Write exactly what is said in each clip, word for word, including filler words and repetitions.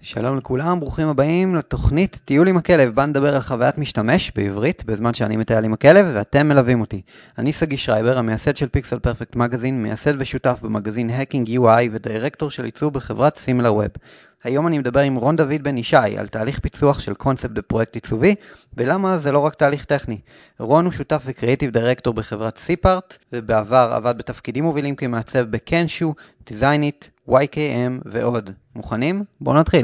שלום לכולם, ברוכים הבאים לתוכנית טיול עם הכלב, בה נדבר על חוויית משתמש בעברית בזמן שאני מטייל עם הכלב ואתם מלווים אותי. אני סגי שרייבר, המייסד של פיקסל פרפקט מגזין, מייסד ושותף במגזין Hacking יו איי ודירקטור של עיצוב בחברת SimilarWeb. היום אני מדבר עם רון דוד בן ישי על תהליך פיצוח של קונספט בפרויקט עיצובי ולמה זה לא רק תהליך טכני. רון הוא שותף וקריאטיב דירקטור בחברת סיפארט ובעבר עבד בתפקידים מובילים כמעצב בקנשו, דיזיינית, וואי קיי אם ועוד. מוכנים? בואו נתחיל.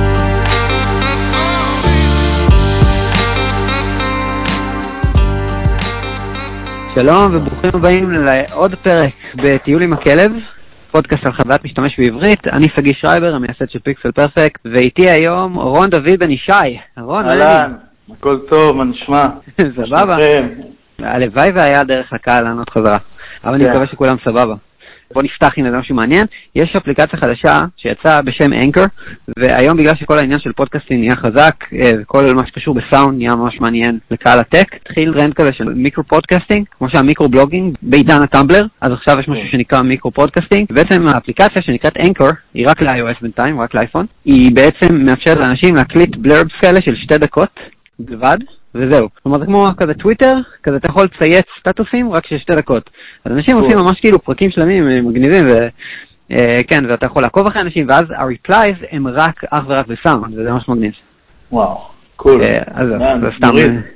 שלום וברוכים הבאים לעוד פרק בטיול עם הכלב, פודקאסט על חוויית משתמש בעברית. אני סגי שרייבר, המייסד של פיקסל פרפקט, ואיתי היום רון דוד בן ישי. רון, אהלן, הכל טוב, מה נשמע? סבבה. הלוואי והיה דרך לקהל לענות חזרה, אבל אני מקווה שכולם סבבה. בוא נפתח עם איזה משהו מעניין. יש אפליקציה חדשה שיצאה בשם אנקר, והיום בגלל שכל העניין של פודקאסטים נהיה חזק, כל מה שקשור בסאונד נהיה ממש מעניין לקהל הטק, התחיל טרנד כזה של מיקרו פודקאסטינג, כמו שהמיקרו בלוגינג בעידן הטמבלר, אז עכשיו יש משהו שנקרא מיקרו פודקאסטינג, ובעצם האפליקציה שנקראת אנקר, היא רק ל-iOS בינתיים, רק לאייפון, היא בעצם מאפשרת לאנשים להקליט בלרבס כאלה של שתי דקות בלבד, וזהו. זאת אומרת, זה כמו כזה טוויטר, כזה אתה יכול לצייץ סטטוסים רק של שתי דקות. אז אנשים עושים ממש כאילו פרקים שלמים, מגניבים, וכן, ואתה יכול לעקוב אחרי אנשים, ואז ה-replies הם רק אך ורק בסאונד, וזה ממש מגניב. וואו, קול. אז זה סתם.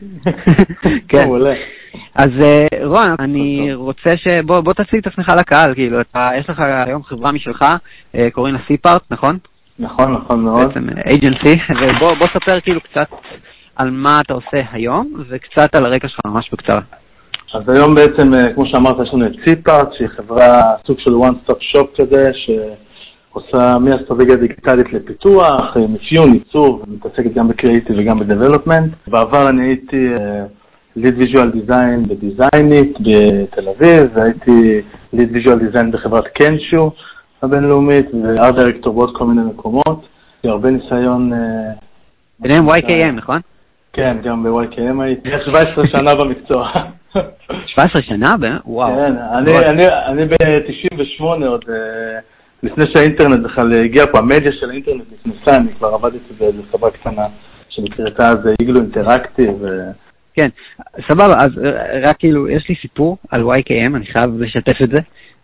כן. אז רון, אני רוצה שבוא תציג את עצמך לקהל, כאילו, יש לך היום חברה משלך, קוראים לה סיפארט, נכון? נכון, נכון מאוד. בעצם agency, ובוא ספר כאילו קצת על מה אתה עושה היום, וקצת על הרקע שלך ממש בקצרה. אז היום בעצם, כמו שאמרת, יש לנו את סיפארט, שהיא חברה סוג של one stop shop כזה, שעושה מאסטרטגיה דיגיטלית לפיתוח, מפיון, עיצוב, מתעסקת גם בקריאיטיב וגם בדבלופמנט. בעבר אני הייתי ליד ויז'ואל דיזיין בדיזיינית בתל אביב, והייתי ליד ויז'ואל דיזיין בחברת קנשו הבינלאומית, וארט דירקטור בעוד כל מיני מקומות. יש הרבה ניסיון... ביניהם וואי קיי אם, נכון? כן, גם ב-וואי קיי אם הייתי. שבע עשרה שנה במקצוע. שבע עשרה שנה? וואו. כן, אני ב-תשעים ושמונה עוד, לפני שהאינטרנט בכלל הגיע פה, המדיה של האינטרנט נכנסה, אני כבר עבדתי באיזו חברה קטנה שנקראתה אז איגלו אינטראקטיב. כן, סבבה, אז רק כאילו, יש לי סיפור על וואי קיי אם, אני חייב לשתף את זה,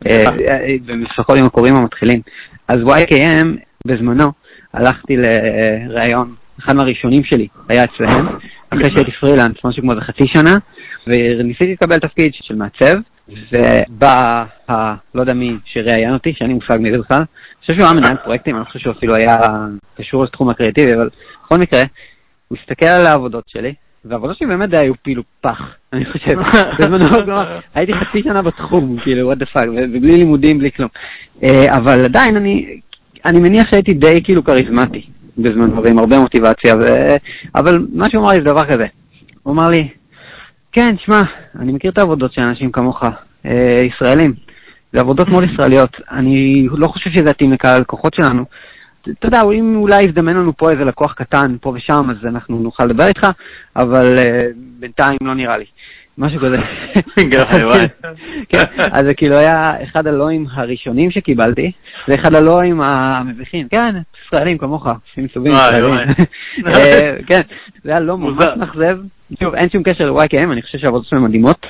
במספחות עם הקוראים המתחילים. אז וואי קיי אם, בזמנו, הלכתי לראיון, אחד מהראשונים שלי היה אצלהם, אחרי שהייתי פרילנס, משהו כמו זה חצי שנה, וניסיתי לקבל תפקיד של מעצב, ובא, ה, לא יודע מי שראיין אותי, שאני מושג מי זה בכלל, אני חושב שהוא היה מנהל פרויקטים, אני חושב שהוא אפילו היה קשור לתחום הקריאטיבי, אבל בכל מקרה, הוא הסתכל על העבודות שלי, והעבודות שלי באמת היו פילו פח, אני חושב, בזמנו, הייתי חצי שנה בתחום, כאילו, what the fuck, ובלי לימודים, בלי כלום, אבל עדיין אני, אני מניח שהייתי די כאילו קריזמטי, בזמן ועם הרבה מוטיבציה, ו... אבל מה שהוא אמר לי זה דבר כזה. הוא אמר לי, כן, שמע, אני מכיר את העבודות של אנשים כמוך, אה, ישראלים. זה עבודות מאוד ישראליות. אני לא חושב שזה יתאים לקהל הלקוחות שלנו. אתה יודע, אם אולי יזדמן לנו פה איזה לקוח קטן, פה ושם, אז אנחנו נוכל לדבר איתך, אבל אה, בינתיים לא נראה לי. משהו כזה. אז זה כאילו היה אחד הלואים הראשונים שקיבלתי, זה אחד הלואים המביכים. כן, ישראלים כמוך, עושים סובים ישראלים. כן, זה היה לא ממש נחזב. שוב, אין שום קשר ל-וואי קיי אם, אני חושב שהעבודות שלהם מדהימות,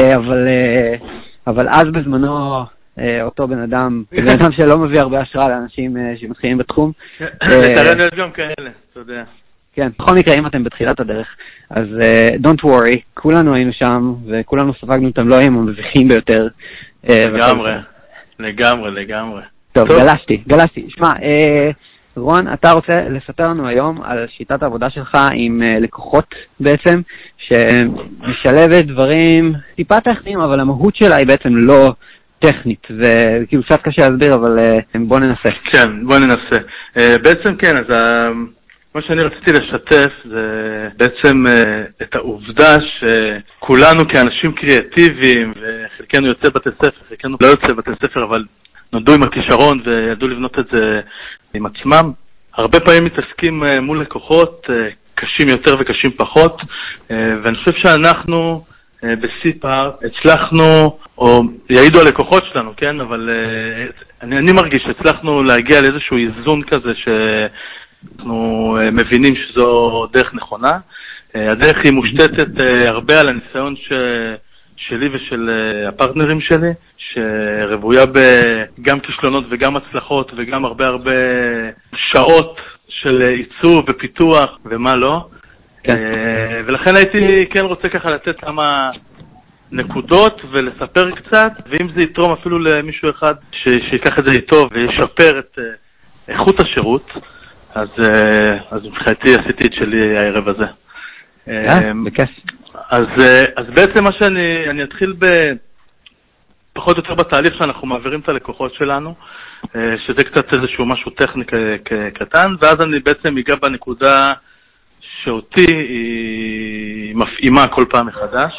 אבל אז בזמנו אותו בן אדם, בן אדם שלא מביא הרבה השראה לאנשים שמתחילים בתחום. לצערנו יש גם כאלה, אתה יודע. כן, בכל מקרה, אם אתם בתחילת הדרך, אז uh, don't worry, כולנו היינו שם, וכולנו ספגנו את המלואים המביכים ביותר. לגמרי, לגמרי, לגמרי. טוב, טוב. גלשתי, גלשתי. שמע, uh, רון, אתה רוצה לספר לנו היום על שיטת העבודה שלך עם uh, לקוחות בעצם, שמשלבת דברים טיפה טכניים, אבל המהות שלה היא בעצם לא טכנית, וכאילו קצת קשה להסביר, אבל uh, בוא ננסה. כן, בוא ננסה. Uh, בעצם כן, אז... Uh... מה שאני רציתי לשתף זה בעצם את העובדה שכולנו כאנשים קריאטיביים, וחלקנו יוצא בתי ספר, חלקנו לא יוצא בתי ספר, אבל נולדו עם הכישרון וידעו לבנות את זה עם עצמם. הרבה פעמים מתעסקים מול לקוחות, קשים יותר וקשים פחות, ואני חושב שאנחנו בסיפארט הצלחנו, או יעידו הלקוחות שלנו, כן? אבל אני, אני מרגיש שהצלחנו להגיע לאיזשהו איזון כזה ש... אנחנו מבינים שזו דרך נכונה. הדרך היא מושתתת הרבה על הניסיון ש... שלי ושל הפרטנרים שלי, שרבויה גם כישלונות וגם הצלחות וגם הרבה הרבה שעות של עיצוב ופיתוח ומה לא. כן. ולכן הייתי כן רוצה ככה לתת כמה נקודות ולספר קצת, ואם זה יתרום אפילו למישהו אחד שיקח את זה איתו וישפר את איכות השירות, אז, אז מבחינתי עשיתי את שלי הערב הזה. אה, בכיף. אז, אז בעצם מה שאני אני אתחיל פחות או יותר בתהליך שאנחנו מעבירים את הלקוחות שלנו, שזה קצת איזשהו משהו טכני קטן, ואז אני בעצם אגע בנקודה שאותי היא מפעימה כל פעם מחדש.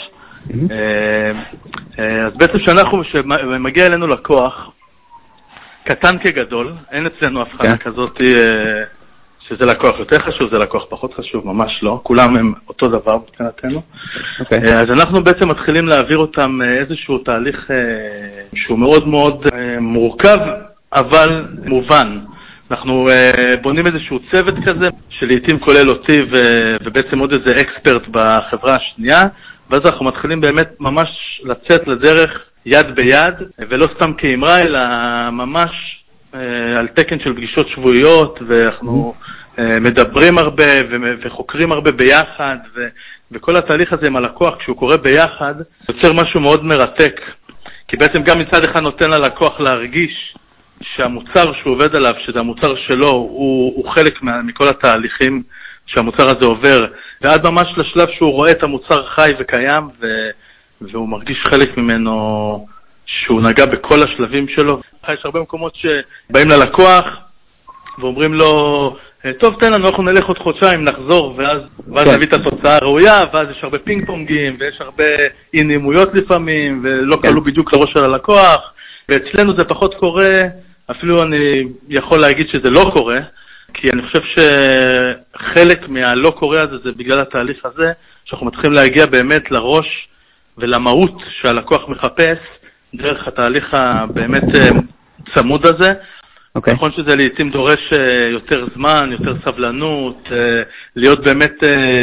אז בעצם שאנחנו, שמגיע אלינו לקוח, קטן כגדול, אין אצלנו הבחנה כזאת שזה לקוח יותר חשוב, זה לקוח פחות חשוב, ממש לא. כולם הם אותו דבר מבחינתנו. Okay. אז אנחנו בעצם מתחילים להעביר אותם איזשהו תהליך שהוא מאוד מאוד מורכב, אבל מובן. אנחנו בונים איזשהו צוות כזה, שלעיתים כולל אותי ובעצם עוד איזה אקספרט בחברה השנייה, ואז אנחנו מתחילים באמת ממש לצאת לדרך יד ביד, ולא סתם כאמרה, אלא ממש על תקן של פגישות שבועיות, ואנחנו מדברים הרבה וחוקרים הרבה ביחד, וכל התהליך הזה עם הלקוח, כשהוא קורה ביחד, יוצר משהו מאוד מרתק, כי בעצם גם מצד אחד נותן ללקוח להרגיש שהמוצר שהוא עובד עליו, שזה המוצר שלו, הוא, הוא חלק מכל התהליכים שהמוצר הזה עובר, ועד ממש לשלב שהוא רואה את המוצר חי וקיים, ו, והוא מרגיש חלק ממנו שהוא נגע בכל השלבים שלו. יש הרבה מקומות שבאים ללקוח ואומרים לו, טוב, תן לנו, אנחנו נלך עוד חודשיים, נחזור, ואז, ואז כן. נביא את התוצאה הראויה, ואז יש הרבה פינג פונגים, ויש הרבה אי-נעימויות לפעמים, ולא כן. קלו בדיוק לראש של הלקוח, ואצלנו זה פחות קורה, אפילו אני יכול להגיד שזה לא קורה, כי אני חושב שחלק מהלא קורה הזה זה בגלל התהליך הזה, שאנחנו מתחילים להגיע באמת לראש ולמהות שהלקוח מחפש, דרך התהליך הבאמת צמוד הזה. Okay. נכון שזה לעתים דורש יותר זמן, יותר סבלנות, להיות באמת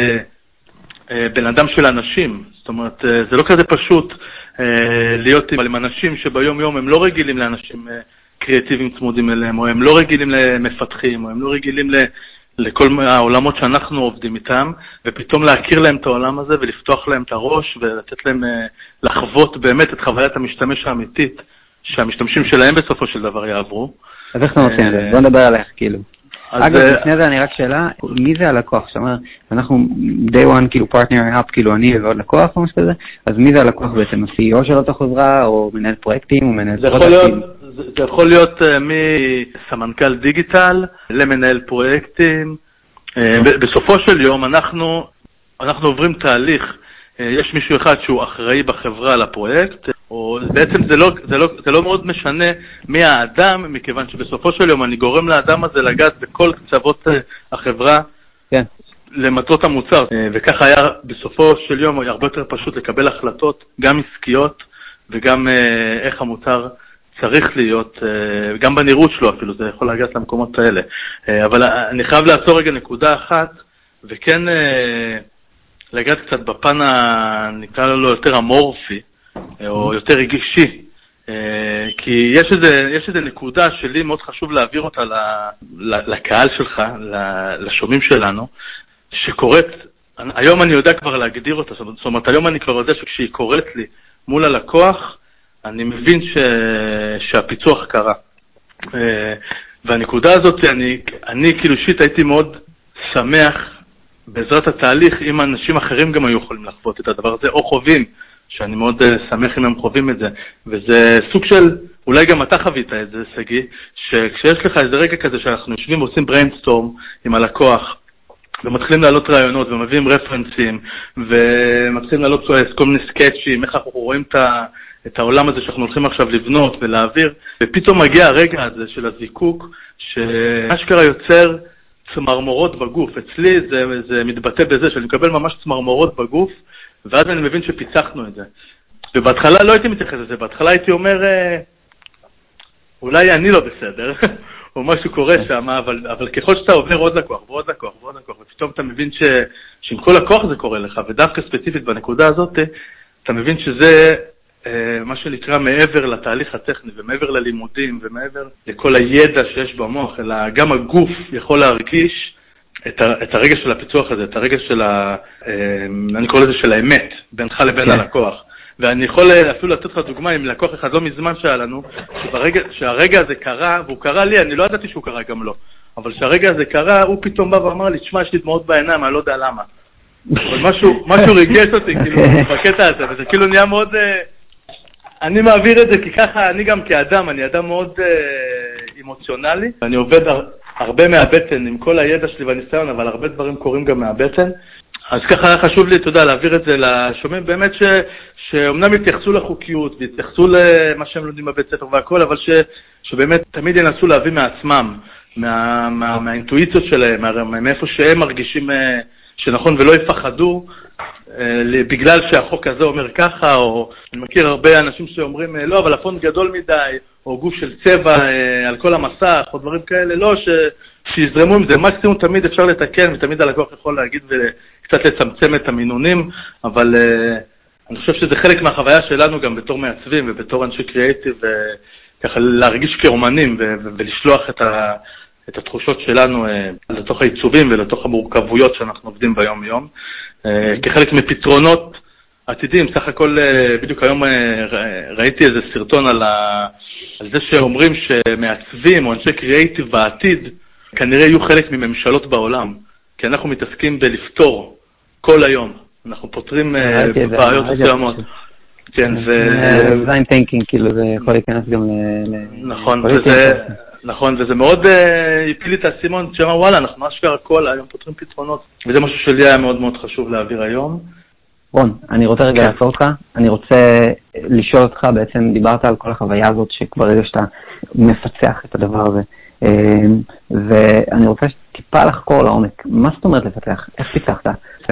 בן אדם של אנשים. זאת אומרת, זה לא כזה פשוט להיות עם אנשים שביום יום הם לא רגילים לאנשים קריאטיביים צמודים אליהם, או הם לא רגילים למפתחים, או הם לא רגילים לכל העולמות שאנחנו עובדים איתם, ופתאום להכיר להם את העולם הזה ולפתוח להם את הראש ולתת להם לחוות באמת את חוויית המשתמש האמיתית שהמשתמשים שלהם בסופו של דבר יעברו. אז איך אתה עושים את זה? בוא נדבר עליך, כאילו. אגב, לפני זה אני רק שאלה, מי זה הלקוח? זאת אומרת, אנחנו day one, כאילו, partner up, כאילו, אני ועוד לקוח או משהו כזה, אז מי זה הלקוח בעצם? ה-סי אי או של אותה חברה, או מנהל פרויקטים, או מנהל פרויקטים? זה יכול להיות מסמנכ"ל דיגיטל למנהל פרויקטים. בסופו של יום אנחנו עוברים תהליך, יש מישהו אחד שהוא אחראי בחברה לפרויקט, או בעצם זה לא, זה לא, זה לא מאוד משנה מי האדם, מכיוון שבסופו של יום אני גורם לאדם הזה לגעת בכל קצוות החברה כן. למטרות המוצר, וכך היה בסופו של יום הרבה יותר פשוט לקבל החלטות, גם עסקיות וגם איך המוצר צריך להיות, גם בנראות שלו אפילו, זה יכול להגעת למקומות האלה. אבל אני חייב לעצור רגע נקודה אחת, וכן לגעת קצת בפן, נקרא לו יותר אמורפי, או יותר רגישי, כי יש איזה, יש איזה נקודה שלי מאוד חשוב להעביר אותה לקהל שלך, לשומעים שלנו, שקוראת, היום אני יודע כבר להגדיר אותה, זאת אומרת, היום אני כבר יודע שכשהיא קוראת לי מול הלקוח, אני מבין ש... שהפיצוח קרה. והנקודה הזאת, אני, אני כאילו אישית הייתי מאוד שמח בעזרת התהליך, אם אנשים אחרים גם היו יכולים לחוות את הדבר הזה, או חווים, שאני מאוד שמח אם הם חווים את זה. וזה סוג של, אולי גם אתה חווית את זה, סגי, שכשיש לך איזה רגע כזה שאנחנו יושבים ועושים בריינסטורם עם הלקוח, ומתחילים לעלות רעיונות, ומביאים רפרנסים, ומתחילים לעלות כל מיני סקצ'ים, איך אנחנו רואים את ה... את העולם הזה שאנחנו הולכים עכשיו לבנות ולהעביר, ופתאום מגיע הרגע הזה של הזיקוק, שאשכרה יוצר צמרמורות בגוף. אצלי זה, זה מתבטא בזה שאני מקבל ממש צמרמורות בגוף, ואז אני מבין שפיצחנו את זה. ובהתחלה לא הייתי מתייחס לזה, בהתחלה הייתי אומר, אולי אני לא בסדר, או משהו קורה שם, אבל, אבל ככל שאתה עובר עוד לקוח, ועוד לקוח, ועוד לקוח, ופתאום אתה מבין ש, שעם כל לקוח זה קורה לך, ודווקא ספציפית בנקודה הזאת, אתה מבין שזה אה, מה שנקרא מעבר לתהליך הטכני, ומעבר ללימודים, ומעבר לכל הידע שיש במוח, אלא גם הגוף יכול להרגיש את, ה, את הרגע של הפיצוח הזה, את הרגע של ה... אה, אני קורא לזה של האמת, בינך לבין okay. הלקוח. ואני יכול אפילו לתת לך דוגמה עם לקוח אחד לא מזמן שהיה לנו, שברגע, שהרגע הזה קרה, והוא קרה לי, אני לא ידעתי שהוא קרה גם לא, אבל שהרגע הזה קרה, הוא פתאום בא ואמר לי, תשמע, יש לי דמעות בעיניים, אני לא יודע למה. אבל משהו, משהו ריגש אותי, כאילו, בקטע הזה, וזה כאילו נהיה מאוד... אני מעביר את זה, כי ככה, אני גם כאדם, אני אדם מאוד אמוציונלי, ואני עובד הרבה מהבטן עם כל הידע שלי והניסיון, אבל הרבה דברים קורים גם מהבטן. אז ככה היה חשוב לי, תודה, להעביר את זה לשומעים, באמת ש, שאומנם יתייחסו לחוקיות, ויתייחסו למה שהם לומדים בבית ספר והכל, אבל ש, שבאמת תמיד ינסו להביא מעצמם, מה, מה, מהאינטואיציות שלהם, מה, מאיפה שהם מרגישים שנכון ולא יפחדו, בגלל שהחוק הזה אומר ככה, או אני מכיר הרבה אנשים שאומרים, לא, אבל הפונט גדול מדי, או גוף של צבע על כל המסך, או דברים כאלה, לא, ש... שיזרמו עם זה. מקסימום תמיד אפשר לתקן, ותמיד הלקוח יכול להגיד וקצת לצמצם את המינונים, אבל uh, אני חושב שזה חלק מהחוויה שלנו גם בתור מעצבים ובתור אנשי קריאייטיב, וככה להרגיש כאומנים ו- ו- ולשלוח את, ה- את התחושות שלנו uh, לתוך העיצובים ולתוך המורכבויות שאנחנו עובדים ביום יום. Uh, כחלק מפתרונות עתידים, סך הכל uh, בדיוק היום uh, ראיתי איזה סרטון על, ה- על זה שאומרים שמעצבים או אנשי קריאייטיב בעתיד, כנראה יהיו חלק מממשלות בעולם, כי אנחנו מתעסקים בלפתור כל היום. אנחנו פותרים בעיות מסוימות. כן, ו... design thinking, כאילו זה יכול להיכנס גם ל... נכון, וזה... נכון, וזה מאוד הפיל לי את הסימון, שאמר, וואלה, אנחנו אשכרה כל היום פותרים פתרונות, וזה משהו שלי היה מאוד מאוד חשוב להעביר היום. רון, אני רוצה רגע לעצור אותך, אני רוצה לשאול אותך, בעצם דיברת על כל החוויה הזאת, שכבר רגע שאתה מפצח את הדבר הזה, ואני רוצה טיפה לחקור לעומק. מה זאת אומרת לפתח? איך פיתחת?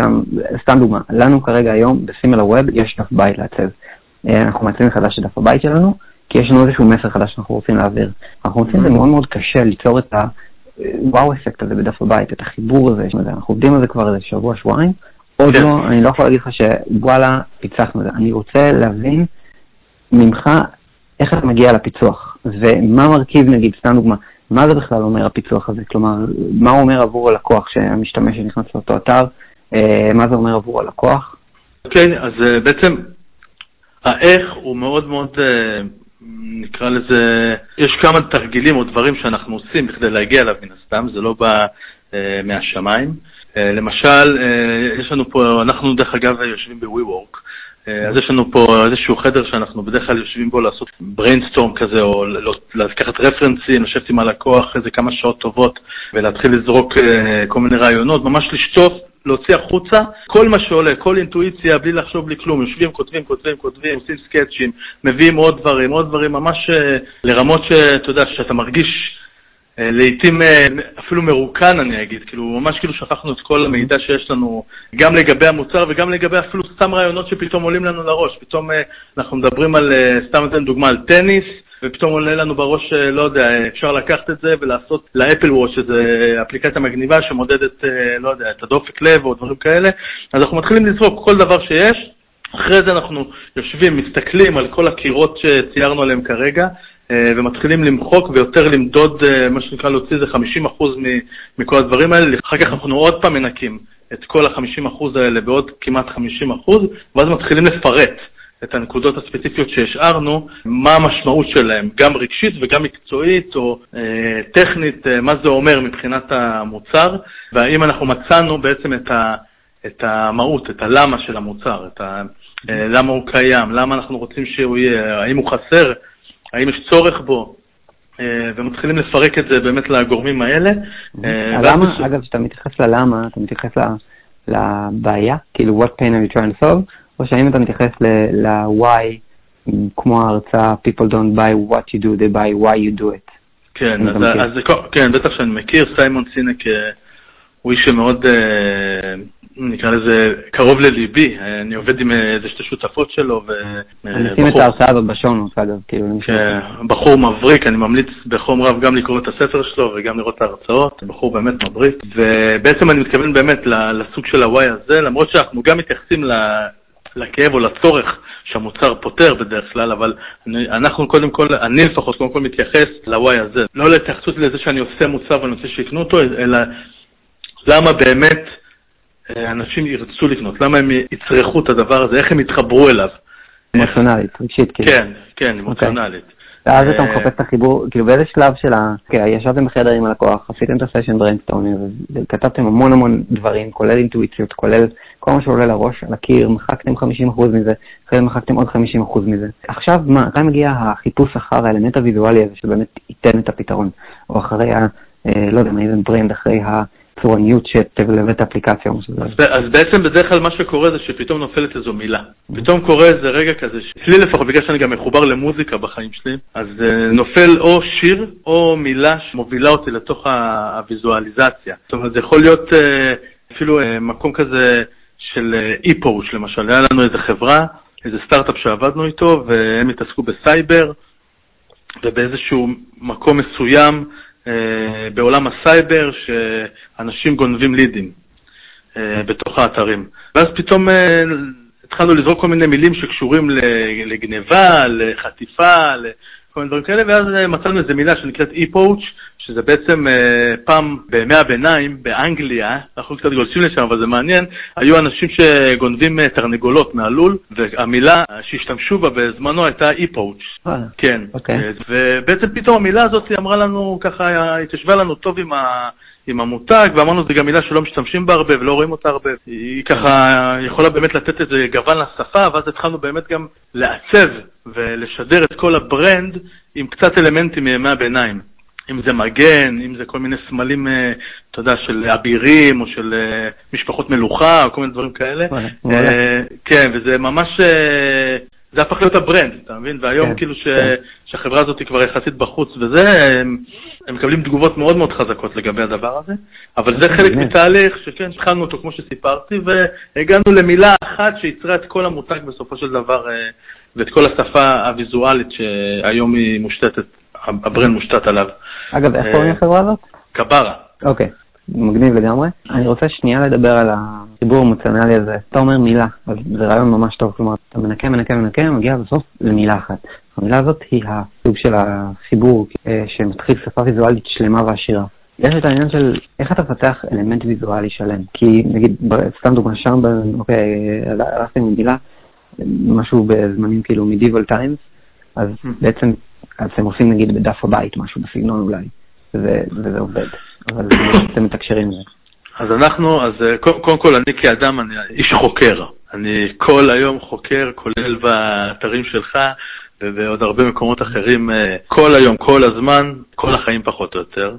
סתם דוגמה, לנו כרגע היום בסימילר ווב יש דף בית לעצב. אנחנו מעצבים מחדש את דף הבית שלנו, כי יש לנו איזשהו מסר חדש שאנחנו רוצים להעביר. אנחנו רוצים, זה מאוד מאוד קשה ליצור את הוואו אפקט הזה בדף הבית, את החיבור הזה. אנחנו עובדים על זה כבר איזה שבוע, שבועיים. עוד לא, אני לא יכול להגיד לך שוואלה, פיצחנו זה. אני רוצה להבין ממך איך אתה מגיע לפיצוח, ומה מרכיב, נגיד, סתם דוגמה, מה זה בכלל אומר הפיצוח הזה? כלומר, מה הוא אומר עבור הלקוח שהמשתמש שנכנס לאותו אתר? מה זה אומר עבור הלקוח? אוקיי, אז בעצם האיך הוא מאוד מאוד, נקרא לזה, יש כמה תרגילים או דברים שאנחנו עושים בכדי להגיע אליו מן הסתם, זה לא בא מהשמיים. למשל, יש לנו פה, אנחנו דרך אגב יושבים ב-WeWork, אז יש לנו פה איזשהו חדר שאנחנו בדרך כלל יושבים בו לעשות בריינסטורם כזה, או לקחת רפרנסים, לשבת עם הלקוח איזה כמה שעות טובות, ולהתחיל לזרוק כל מיני רעיונות, ממש לשטוף, להוציא החוצה, כל מה שעולה, כל אינטואיציה, בלי לחשוב בלי כלום, יושבים, כותבים, כותבים, כותבים, עושים סקצ'ים, מביאים עוד דברים, עוד דברים, ממש לרמות שאתה יודע, שאתה מרגיש לעתים אפילו מרוקן, אני אגיד, כאילו, ממש כאילו שפכנו את כל המידע שיש לנו, גם לגבי המוצר וגם לגבי אפילו סתם רעיונות שפתאום עולים לנו לראש. פתאום אנחנו מדברים על, סתם אתן דוגמה, על טניס, ופתאום עולה לנו בראש, לא יודע, אפשר לקחת את זה ולעשות לאפל וואץ', שזה אפליקציה מגניבה שמודדת, לא יודע, את הדופק לב או דברים כאלה. אז אנחנו מתחילים לזרוק כל דבר שיש, אחרי זה אנחנו יושבים, מסתכלים על כל הקירות שציירנו עליהם כרגע, ומתחילים למחוק ויותר למדוד, מה שנקרא להוציא זה חמישים אחוז מכל הדברים האלה. אחר כך אנחנו עוד פעם מנקים את כל ה-חמישים אחוז האלה בעוד כמעט חמישים אחוז, ואז מתחילים לפרט את הנקודות הספציפיות שהשארנו, מה המשמעות שלהם, גם רגשית וגם מקצועית או אה, טכנית, אה, מה זה אומר מבחינת המוצר, והאם אנחנו מצאנו בעצם את, ה, את המהות, את הלמה של המוצר, את ה, אה, למה הוא קיים, למה אנחנו רוצים שהוא יהיה, האם הוא חסר, האם יש צורך בו, ומתחילים לפרק את זה באמת לגורמים האלה. הלמה, אגב, שאתה מתייחס ללמה, אתה מתייחס לבעיה, כאילו what pain are you trying to solve, או שהאם אתה מתייחס ל-why, כמו ההרצאה, people don't buy what you do, they buy why you do it. כן, אז כן, בטח שאני מכיר, סיימון סינק הוא איש שמאוד נקרא לזה קרוב לליבי, אני עובד עם איזה שתי שותפות שלו, אני אשים את ההרצאה הזאת בשונות, אגב, כאילו. בחור מבריק, אני ממליץ בחום רב גם לקרוא את הספר שלו וגם לראות את ההרצאות, בחור באמת מבריק, ובעצם אני מתכוון באמת לסוג של הוואי הזה, למרות שאנחנו גם מתייחסים לכאב או לצורך שהמוצר פותר בדרך כלל, אבל אנחנו קודם כל, אני לפחות קודם כל מתייחס לוואי הזה, לא להתייחסות לזה שאני עושה מוצר ואני רוצה שיקנו אותו, אלא למה באמת אנשים ירצו לקנות, למה הם יצרכו את הדבר הזה, איך הם יתחברו אליו. אמוציונלית, רגשית, כאילו. כן, כן, אמוציונלית. ואז אתה מחפש את החיבור, כאילו באיזה שלב של ה... ישבתם בחדר עם הלקוח, עשיתם את הסשן בריינסטורמינג, וכתבתם המון המון דברים, כולל אינטואיציות, כולל כל מה שעולה לראש, על הקיר, מחקתם חמישים אחוז מזה, אחרי מחקתם עוד חמישים אחוז מזה. עכשיו מה, כאן מגיע החיפוש אחר האלמנט הוויזואלי הזה, שבאמת ייתן את הפתרון, או אחרי ה... לא יודע, איזה ברנד, אחרי הצורניות שתבלב את האפליקציה. אז בעצם בדרך כלל מה שקורה זה שפתאום נופלת איזו מילה. פתאום קורה איזה רגע כזה, אצלי לפחות, בגלל שאני גם מחובר למוזיקה בחיים שלי, אז נופל או שיר או מילה שמובילה אותי לתוך הוויזואליזציה. זאת אומרת, זה יכול להיות אפילו מקום כזה של אי-פוש, למשל. היה לנו איזו חברה, איזה סטארט-אפ שעבדנו איתו, והם התעסקו בסייבר, ובאיזשהו מקום מסוים, בעולם הסייבר שאנשים גונבים לידים בתוך האתרים. ואז פתאום התחלנו לזרוק כל מיני מילים שקשורים לגניבה, לחטיפה, לכל מיני דברים כאלה, ואז מצאנו איזו מילה שנקראת אי-פוץ', שזה בעצם פעם בימי הביניים באנגליה, אנחנו קצת גולשים לשם, אבל זה מעניין, היו אנשים שגונבים תרנגולות מהלול, והמילה שהשתמשו בה בזמנו הייתה אי-פוץ'. כן. ובעצם פתאום המילה הזאת אמרה לנו, ככה, התיישבה לנו טוב עם ה... עם המותג, ואמרנו זה גם מילה שלא משתמשים בה הרבה ולא רואים אותה הרבה. היא ככה יכולה באמת לתת איזה גוון לשפה, ואז התחלנו באמת גם לעצב ולשדר את כל הברנד עם קצת אלמנטים מימי הביניים. אם זה מגן, אם זה כל מיני סמלים, אתה יודע, של אבירים או של משפחות מלוכה או כל מיני דברים כאלה. כן, וזה ממש, זה הפך להיות הברנד, אתה מבין? והיום כאילו שהחברה הזאת היא כבר יחסית בחוץ וזה, הם מקבלים תגובות מאוד מאוד חזקות לגבי הדבר הזה, אבל זה חלק מתהליך שכן, התחלנו אותו כמו שסיפרתי, והגענו למילה אחת שיצרה את כל המותג בסופו של דבר, ואת כל השפה הוויזואלית שהיום היא מושתתת, הברנד מושתת עליו. אגב, איך קוראים לחברה הזאת? קברה. אוקיי, מגניב לגמרי. אני רוצה שנייה לדבר על החיבור האמוציונלי הזה. אתה אומר מילה, אז זה רעיון ממש טוב, כלומר, אתה מנקה, מנקה, מנקה, מגיע בסוף למילה אחת. המילה הזאת היא הסוג של החיבור שמתחיל שפה ויזואלית שלמה ועשירה. יש את העניין של איך אתה פתח אלמנט ויזואלי שלם. כי נגיד, סתם דוגמה שם, אוקיי, הלכתם עם מילה, משהו בזמנים כאילו medieval times, אז בעצם אז הם עושים נגיד בדף הבית משהו בסגנון אולי, וזה עובד. אבל אתם מתקשרים לזה. אז אנחנו, אז קודם כל אני כאדם, אני איש חוקר. אני כל היום חוקר, כולל באתרים שלך, ובעוד הרבה מקומות אחרים, כל היום, כל הזמן, כל החיים פחות או יותר.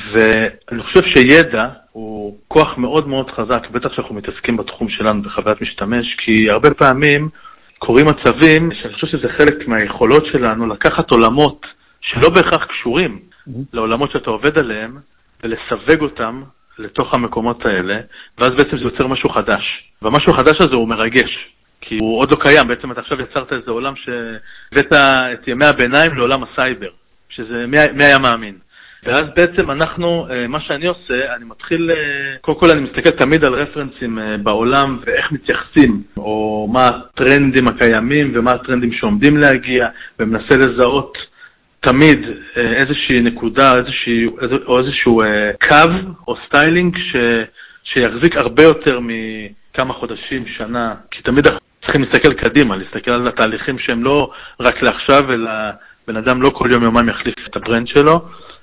ואני חושב שידע הוא כוח מאוד מאוד חזק, בטח שאנחנו מתעסקים בתחום שלנו בחוויית משתמש, כי הרבה פעמים קוראים מצבים, שאני חושב שזה חלק מהיכולות שלנו, לקחת עולמות שלא בהכרח קשורים לעולמות שאתה עובד עליהם, ולסווג אותם לתוך המקומות האלה, ואז בעצם זה יוצר משהו חדש. והמשהו החדש הזה הוא מרגש. כי הוא עוד לא קיים, בעצם אתה עכשיו יצרת איזה עולם שהבאת את ימי הביניים לעולם הסייבר, שזה מי, מי היה מאמין. ואז בעצם אנחנו, מה שאני עושה, אני מתחיל, קודם כל אני מסתכל תמיד על רפרנסים בעולם ואיך מתייחסים, או מה הטרנדים הקיימים ומה הטרנדים שעומדים להגיע, ומנסה לזהות תמיד איזושהי נקודה, איזושהי, או איזשהו קו או סטיילינג ש, שיחזיק הרבה יותר מכמה חודשים, שנה, כי תמיד אנחנו צריכים להסתכל קדימה, להסתכל על התהליכים שהם לא רק לעכשיו, אלא בן אדם לא כל יום יומיים יחליף את הברנד שלו,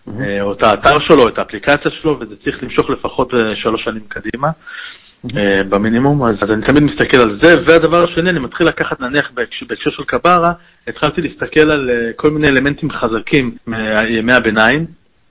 או את האתר שלו, את האפליקציה שלו, וזה צריך למשוך לפחות שלוש שנים קדימה, במינימום. אז אני תמיד מסתכל על זה, והדבר השני, אני מתחיל לקחת, נניח, בהקשר של קברה, התחלתי להסתכל על כל מיני אלמנטים חזקים מימי הביניים,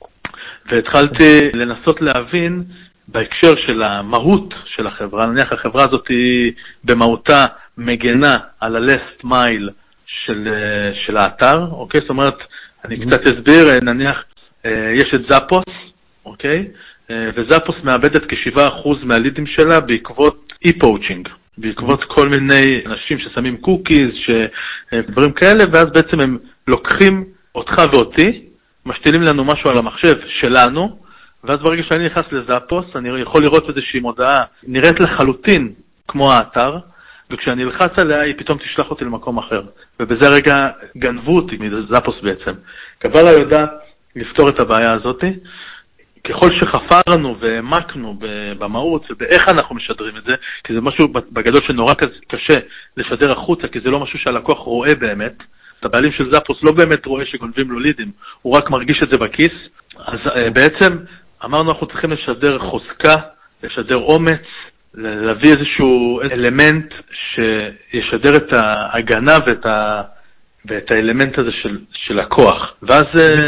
והתחלתי לנסות להבין בהקשר של המהות של החברה. נניח, החברה הזאת היא במהותה מגנה על ה-last mile של, של האתר, אוקיי? זאת אומרת, אני קצת אסביר, נניח, יש את זאפוס, אוקיי? וזאפוס מאבדת כ-שבעה אחוז מהלידים שלה בעקבות אי-פואוצ'ינג, בעקבות כל מיני אנשים ששמים קוקיז, דברים כאלה, ואז בעצם הם לוקחים אותך ואותי, משתילים לנו משהו על המחשב שלנו, ואז ברגע שאני נכנס לזאפוס, אני יכול לראות איזושהי מודעה, נראית לחלוטין כמו האתר, וכשאני אלחץ עליה, היא פתאום תשלח אותי למקום אחר. ובזה רגע גנבו אותי מזאפוס בעצם. קבלה יודע לפתור את הבעיה הזאת, ככל שחפרנו והעמקנו במהות ובאיך אנחנו משדרים את זה, כי זה משהו בגדול שנורא קשה לשדר החוצה, כי זה לא משהו שהלקוח רואה באמת. הבעלים של זאפוס לא באמת רואה שגונבים לו לידים, הוא רק מרגיש את זה בכיס. אז בעצם אמרנו אנחנו צריכים לשדר חוזקה, לשדר אומץ, להביא איזשהו אלמנט שישדר את ההגנה ואת ה... ואת האלמנט הזה של, של הכוח. ואז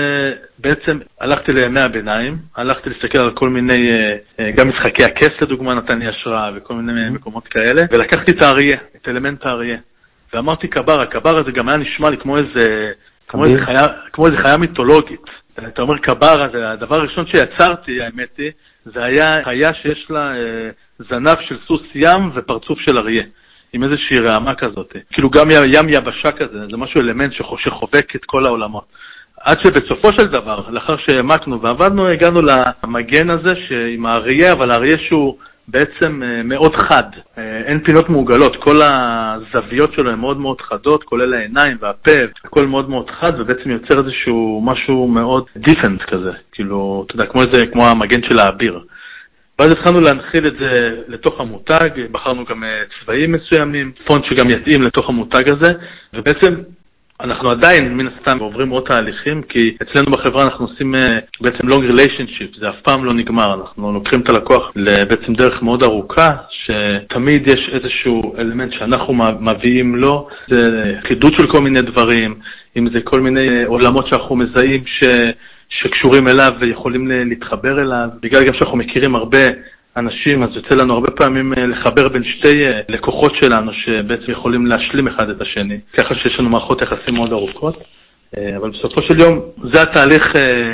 בעצם הלכתי לימי הביניים, הלכתי להסתכל על כל מיני, גם משחקי הכס לדוגמה נתן לי השראה וכל מיני מקומות כאלה, ולקחתי את האריה, את אלמנט האריה. ואמרתי קברה, קברה זה גם היה נשמע לי כמו איזה, כמו איזה חיה, כמו איזה חיה מיתולוגית. אתה אומר קברה, זה הדבר הראשון שיצרתי, האמת היא, זה היה חיה שיש לה זנב של סוס ים ופרצוף של אריה. עם איזושהי רעמה כזאת. כאילו גם ים יבשה כזה, זה משהו אלמנט שחובק את כל העולמות. עד שבסופו של דבר, לאחר שהעמקנו ועבדנו, הגענו למגן הזה עם האריה, אבל האריה שהוא בעצם מאוד חד. אין פינות מעוגלות, כל הזוויות שלו הן מאוד מאוד חדות, כולל העיניים והפה, הכל מאוד מאוד חד, ובעצם יוצר איזשהו משהו מאוד דיפנס כזה. כאילו, אתה יודע, כמו, איזה, כמו המגן של האביר. ואז התחלנו להנחיל את זה לתוך המותג, בחרנו גם צבעים מסוימים, פונט שגם יתאים לתוך המותג הזה, ובעצם אנחנו עדיין מן הסתם עוברים עוד תהליכים, כי אצלנו בחברה אנחנו עושים בעצם long relationship, זה אף פעם לא נגמר, אנחנו לוקחים את הלקוח בעצם דרך מאוד ארוכה, שתמיד יש איזשהו אלמנט שאנחנו מביאים לו, זה חידוד של כל מיני דברים, אם זה כל מיני עולמות שאנחנו מזהים ש... שקשורים אליו ויכולים להתחבר אליו. בגלל גם שאנחנו מכירים הרבה אנשים, אז יוצא לנו הרבה פעמים לחבר בין שתי לקוחות שלנו שבעצם יכולים להשלים אחד את השני. ככה שיש לנו מערכות יחסים מאוד ארוכות. אבל בסופו של יום זה התהליך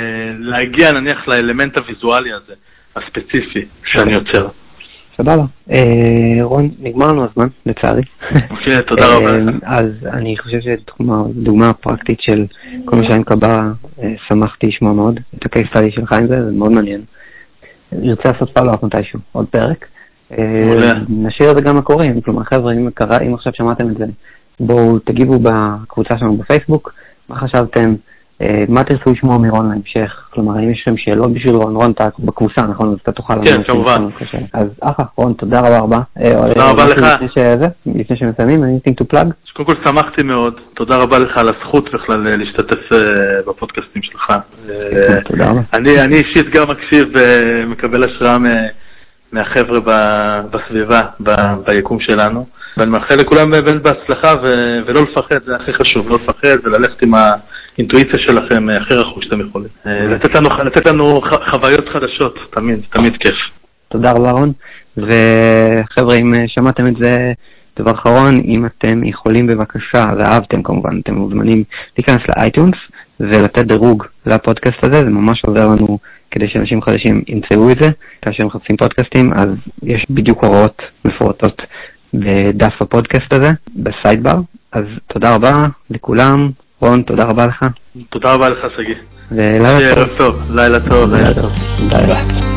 להגיע נניח לאלמנט הוויזואלי הזה, הספציפי שאני יוצר. סבבה. רון, נגמר לנו הזמן, לצערי. אוקיי, תודה רבה. אז אני חושב שדוגמה פרקטית של כל מה שאני מקבל, שמחתי לשמוע מאוד את הקייס סטאדי שלך עם זה, זה מאוד מעניין. נרצה לעשות פאלו-אפ מתישהו, עוד פרק. נשאיר את זה גם לקוראים, כלומר חבר'ה, אם עכשיו שמעתם את זה, בואו תגיבו בקבוצה שלנו בפייסבוק, מה חשבתם? מה תרצו לשמוע מרון להמשך? כלומר, אם יש לכם שאלות בשביל רון, רון אתה בקבוצה, נכון? אז אתה תוכל... כן, כמובן. אז אחלה, רון, תודה רבה רבה. תודה רבה לך. לפני שמסיימים, anything to plug? קודם כל שמחתי מאוד, תודה רבה לך על הזכות בכלל להשתתף בפודקאסטים שלך. תודה רבה. אני אישית גם מקשיב ומקבל השראה מהחבר'ה בסביבה, ביקום שלנו. ואני מאחל לכולם באמת בהצלחה ולא לפחד, זה הכי חשוב, לא לפחד וללכת עם האינטואיציה שלכם הכי רחוק שאתם יכולים. לתת לנו, לתת לנו חוויות חדשות, תמיד, תמיד כיף. תודה רבה רון, וחבר'ה אם שמעתם את זה, דבר אחרון, אם אתם יכולים בבקשה, ואהבתם כמובן, אתם מוזמנים להיכנס לאייטונס ולתת דירוג לפודקאסט הזה, זה ממש עוזר לנו כדי שאנשים חדשים ימצאו את זה, כאשר מחפשים פודקאסטים, אז יש בדיוק הוראות מפורטות בדף הפודקאסט הזה, בסיידבר. אז תודה רבה לכולם. רון, תודה רבה לך. תודה רבה לך, סגי. ולילה טוב. ערב טוב, לילה טוב. לילה טוב. ביי.